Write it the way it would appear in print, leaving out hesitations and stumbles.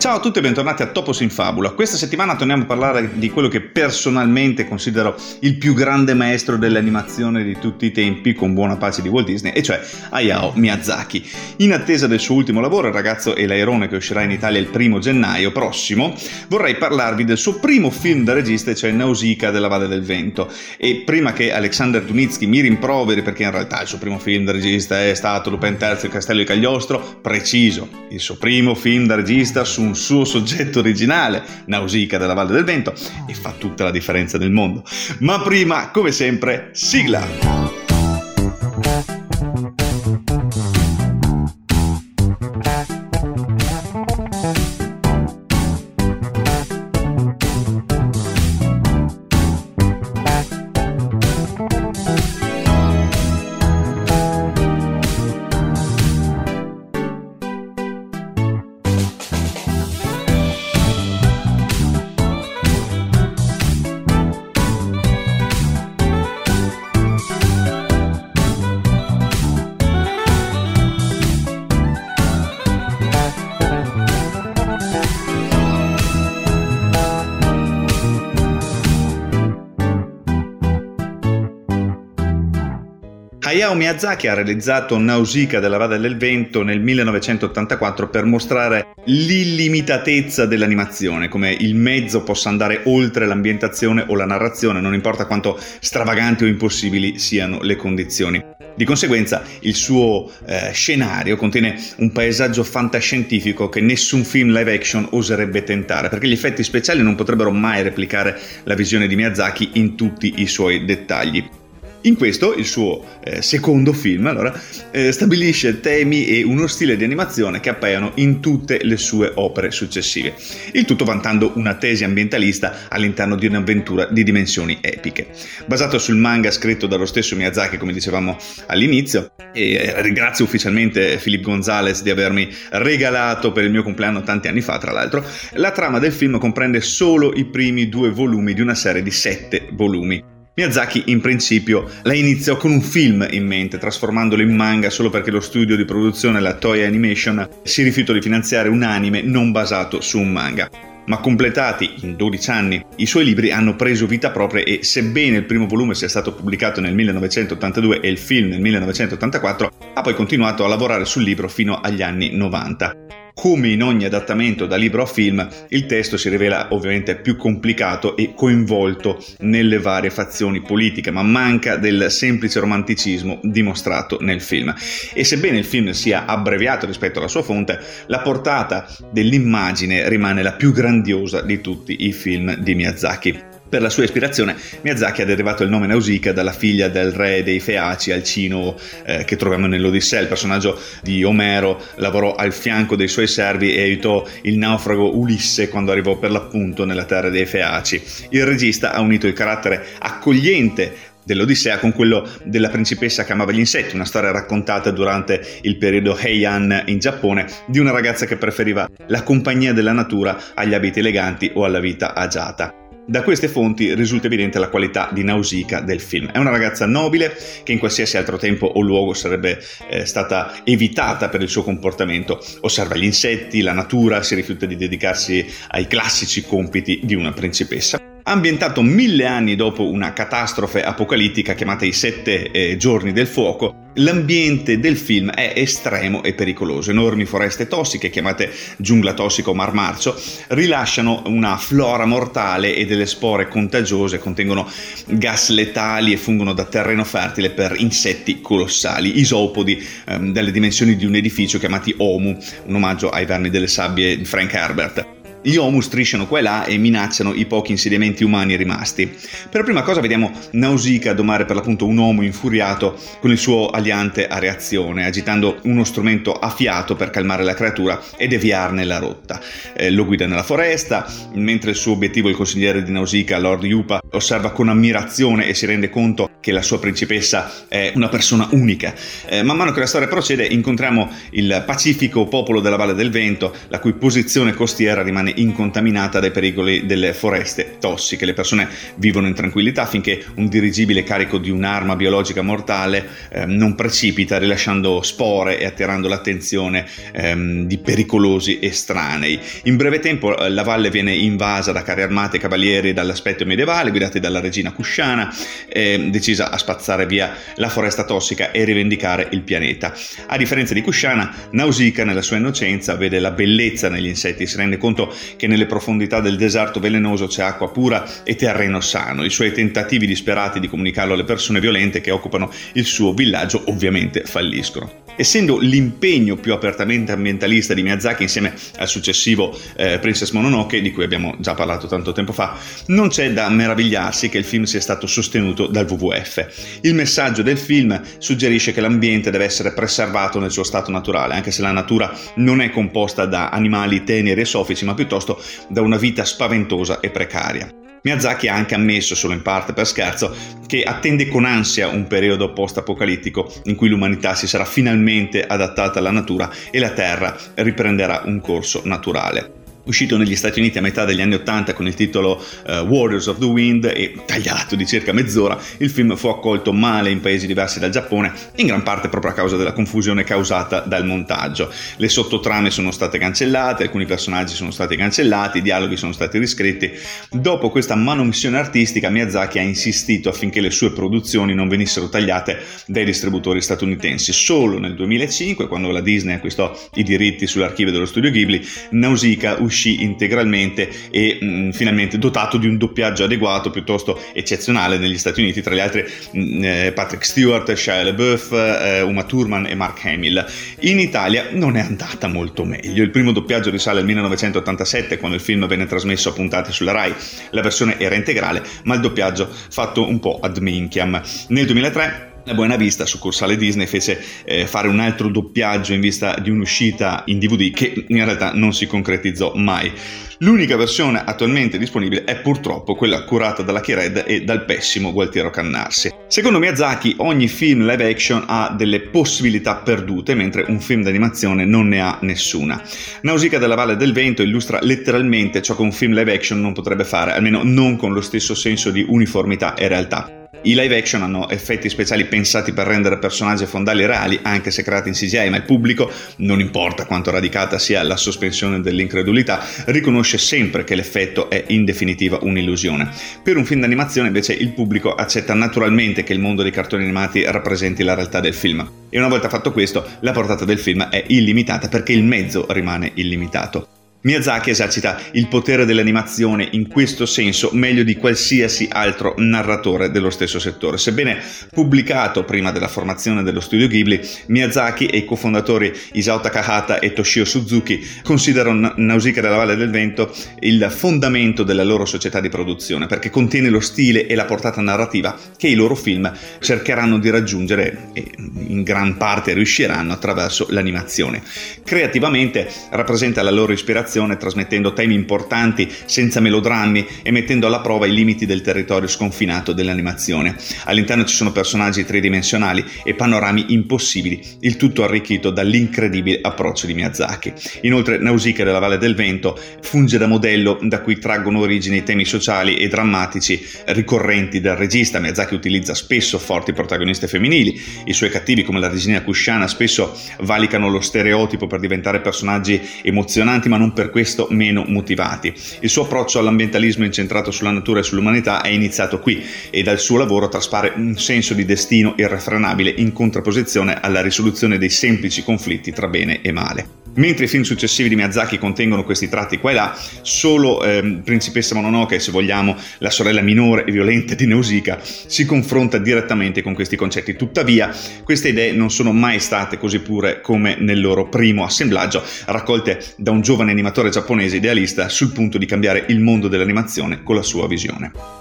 Ciao a tutti e bentornati a Topos in Fabula. Questa settimana torniamo a parlare di quello che personalmente considero il più grande maestro dell'animazione di tutti i tempi, con buona pace di Walt Disney, e cioè Hayao Miyazaki. In attesa del suo ultimo lavoro, Il ragazzo e l'airone, che uscirà in Italia il 1 gennaio prossimo, vorrei parlarvi del suo primo film da regista, cioè Nausicaa della Valle del Vento. E prima che Alexander Dunitsky mi rimproveri perché in realtà il suo primo film da regista è stato Lupin III, Il castello di Cagliostro, preciso, il suo primo film da regista su un suo soggetto originale, Nausicaa della Valle del Vento, e fa tutta la differenza del mondo. Ma prima, come sempre, sigla! Hayao Miyazaki ha realizzato Nausicaa della Valle del Vento nel 1984 per mostrare l'illimitatezza dell'animazione, come il mezzo possa andare oltre l'ambientazione o la narrazione, non importa quanto stravaganti o impossibili siano le condizioni. Di conseguenza il suo scenario contiene un paesaggio fantascientifico che nessun film live action oserebbe tentare, perché gli effetti speciali non potrebbero mai replicare la visione di Miyazaki in tutti i suoi dettagli. In questo, il suo secondo film, stabilisce temi e uno stile di animazione che appaiono in tutte le sue opere successive, il tutto vantando una tesi ambientalista all'interno di un'avventura di dimensioni epiche. Basato sul manga scritto dallo stesso Miyazaki, come dicevamo all'inizio, e ringrazio ufficialmente Philip Gonzalez di avermi regalato per il mio compleanno tanti anni fa, tra l'altro, la trama del film comprende solo i primi 2 volumi di una serie di 7 volumi. Miyazaki in principio la iniziò con un film in mente, trasformandolo in manga solo perché lo studio di produzione, la Toei Animation, si rifiutò di finanziare un anime non basato su un manga. Ma completati in 12 anni, i suoi libri hanno preso vita propria e sebbene il primo volume sia stato pubblicato nel 1982 e il film nel 1984, ha poi continuato a lavorare sul libro fino agli anni 90. Come in ogni adattamento da libro a film, il testo si rivela ovviamente più complicato e coinvolto nelle varie fazioni politiche, ma manca del semplice romanticismo dimostrato nel film. E sebbene il film sia abbreviato rispetto alla sua fonte, la portata dell'immagine rimane la più grandiosa di tutti i film di Miyazaki. Per la sua ispirazione, Miyazaki ha derivato il nome Nausicaa dalla figlia del re dei Feaci, Alcino, che troviamo nell'Odissea. Il personaggio di Omero lavorò al fianco dei suoi servi e aiutò il naufrago Ulisse quando arrivò per l'appunto nella terra dei Feaci. Il regista ha unito il carattere accogliente dell'Odissea con quello della principessa che amava gli insetti, una storia raccontata durante il periodo Heian in Giappone di una ragazza che preferiva la compagnia della natura agli abiti eleganti o alla vita agiata. Da queste fonti risulta evidente la qualità di Nausicaa del film. È una ragazza nobile che in qualsiasi altro tempo o luogo sarebbe stata evitata per il suo comportamento. Osserva gli insetti, la natura, si rifiuta di dedicarsi ai classici compiti di una principessa. Ambientato 1000 anni dopo una catastrofe apocalittica chiamata i 7 giorni del fuoco, l'ambiente del film è estremo e pericoloso. Enormi foreste tossiche, chiamate giungla tossica o mar marcio, rilasciano una flora mortale e delle spore contagiose, contengono gas letali e fungono da terreno fertile per insetti colossali, isopodi delle dimensioni di un edificio chiamati Omu, un omaggio ai vermi delle sabbie di Frank Herbert. Gli Omu strisciano qua e là e minacciano i pochi insediamenti umani rimasti. Per prima cosa vediamo Nausicaa domare per l'appunto un uomo infuriato con il suo aliante a reazione, agitando uno strumento a fiato per calmare la creatura e deviarne la rotta. Lo guida nella foresta, mentre il suo obiettivo, il consigliere di Nausicaa, Lord Yupa, osserva con ammirazione e si rende conto che la sua principessa è una persona unica. Man mano che la storia procede incontriamo il pacifico popolo della Valle del Vento, la cui posizione costiera rimane incontaminata dai pericoli delle foreste tossiche. Le persone vivono in tranquillità finché un dirigibile carico di un'arma biologica mortale non precipita, rilasciando spore e attirando l'attenzione di pericolosi estranei. In breve tempo la valle viene invasa da carri armati e cavalieri dall'aspetto medievale, guidati dalla regina Kushana, decisa a spazzare via la foresta tossica e rivendicare il pianeta. A differenza di Kushana, Nausicaa nella sua innocenza vede la bellezza negli insetti, si rende conto che nelle profondità del deserto velenoso c'è acqua pura e terreno sano. I suoi tentativi disperati di comunicarlo alle persone violente che occupano il suo villaggio ovviamente falliscono. Essendo l'impegno più apertamente ambientalista di Miyazaki insieme al successivo Princess Mononoke, di cui abbiamo già parlato tanto tempo fa, non c'è da meravigliarsi che il film sia stato sostenuto dal WWF. Il messaggio del film suggerisce che l'ambiente deve essere preservato nel suo stato naturale, anche se la natura non è composta da animali teneri e soffici, ma piuttosto da una vita spaventosa e precaria. Miyazaki ha anche ammesso, solo in parte per scherzo, che attende con ansia un periodo post-apocalittico in cui l'umanità si sarà finalmente adattata alla natura e la Terra riprenderà un corso naturale. Uscito negli Stati Uniti a metà degli anni '80 con il titolo Warriors of the Wind e tagliato di circa mezz'ora, il film fu accolto male in paesi diversi dal Giappone, in gran parte proprio a causa della confusione causata dal montaggio. Le sottotrame sono state cancellate, alcuni personaggi sono stati cancellati, i dialoghi sono stati riscritti. Dopo questa manomissione artistica, Miyazaki ha insistito affinché le sue produzioni non venissero tagliate dai distributori statunitensi. Solo nel 2005, quando la Disney acquistò i diritti sull'archivio dello studio Ghibli, Nausicaa uscì integralmente e finalmente dotato di un doppiaggio adeguato piuttosto eccezionale negli Stati Uniti, tra gli altri Patrick Stewart, Shia LaBeouf, Uma Thurman e Mark Hamill. In Italia non è andata molto meglio. Il primo doppiaggio risale al 1987, quando il film venne trasmesso a puntate sulla Rai. La versione era integrale, ma il doppiaggio fatto un po' ad minchiam. Nel 2003 la Buena Vista, succursale Disney, fece fare un altro doppiaggio in vista di un'uscita in DVD che in realtà non si concretizzò mai. L'unica versione attualmente disponibile è purtroppo quella curata dalla Key-Red e dal pessimo Gualtiero Cannarsi. Secondo Miyazaki, ogni film live action ha delle possibilità perdute, mentre un film d'animazione non ne ha nessuna. Nausicaa della Valle del Vento illustra letteralmente ciò che un film live action non potrebbe fare, almeno non con lo stesso senso di uniformità e realtà. I live action hanno effetti speciali pensati per rendere personaggi fondali reali, anche se creati in CGI, ma il pubblico, non importa quanto radicata sia la sospensione dell'incredulità, riconosce sempre che l'effetto è in definitiva un'illusione. Per un film d'animazione invece il pubblico accetta naturalmente che il mondo dei cartoni animati rappresenti la realtà del film. E una volta fatto questo, la portata del film è illimitata perché il mezzo rimane illimitato. Miyazaki esercita il potere dell'animazione in questo senso meglio di qualsiasi altro narratore dello stesso settore. Sebbene pubblicato prima della formazione dello studio Ghibli, Miyazaki e i cofondatori Isao Takahata e Toshio Suzuki considerano Nausicaa della Valle del Vento il fondamento della loro società di produzione, perché contiene lo stile e la portata narrativa che i loro film cercheranno di raggiungere e in gran parte riusciranno attraverso l'animazione. Creativamente rappresenta la loro ispirazione, trasmettendo temi importanti senza melodrammi e mettendo alla prova i limiti del territorio sconfinato dell'animazione. All'interno ci sono personaggi tridimensionali e panorami impossibili, il tutto arricchito dall'incredibile approccio di Miyazaki. Inoltre Nausicaa della Valle del Vento funge da modello da cui traggono origine i temi sociali e drammatici ricorrenti del regista. Miyazaki utilizza spesso forti protagoniste femminili, i suoi cattivi come la regina Kushana spesso valicano lo stereotipo per diventare personaggi emozionanti ma non per questo meno motivati. Il suo approccio all'ambientalismo incentrato sulla natura e sull'umanità è iniziato qui e dal suo lavoro traspare un senso di destino irrefrenabile in contrapposizione alla risoluzione dei semplici conflitti tra bene e male. Mentre i film successivi di Miyazaki contengono questi tratti qua e là, solo Principessa Mononoke, se vogliamo la sorella minore e violenta di Nausicaa, si confronta direttamente con questi concetti. Tuttavia, queste idee non sono mai state così pure come nel loro primo assemblaggio, raccolte da un giovane animatore giapponese idealista sul punto di cambiare il mondo dell'animazione con la sua visione.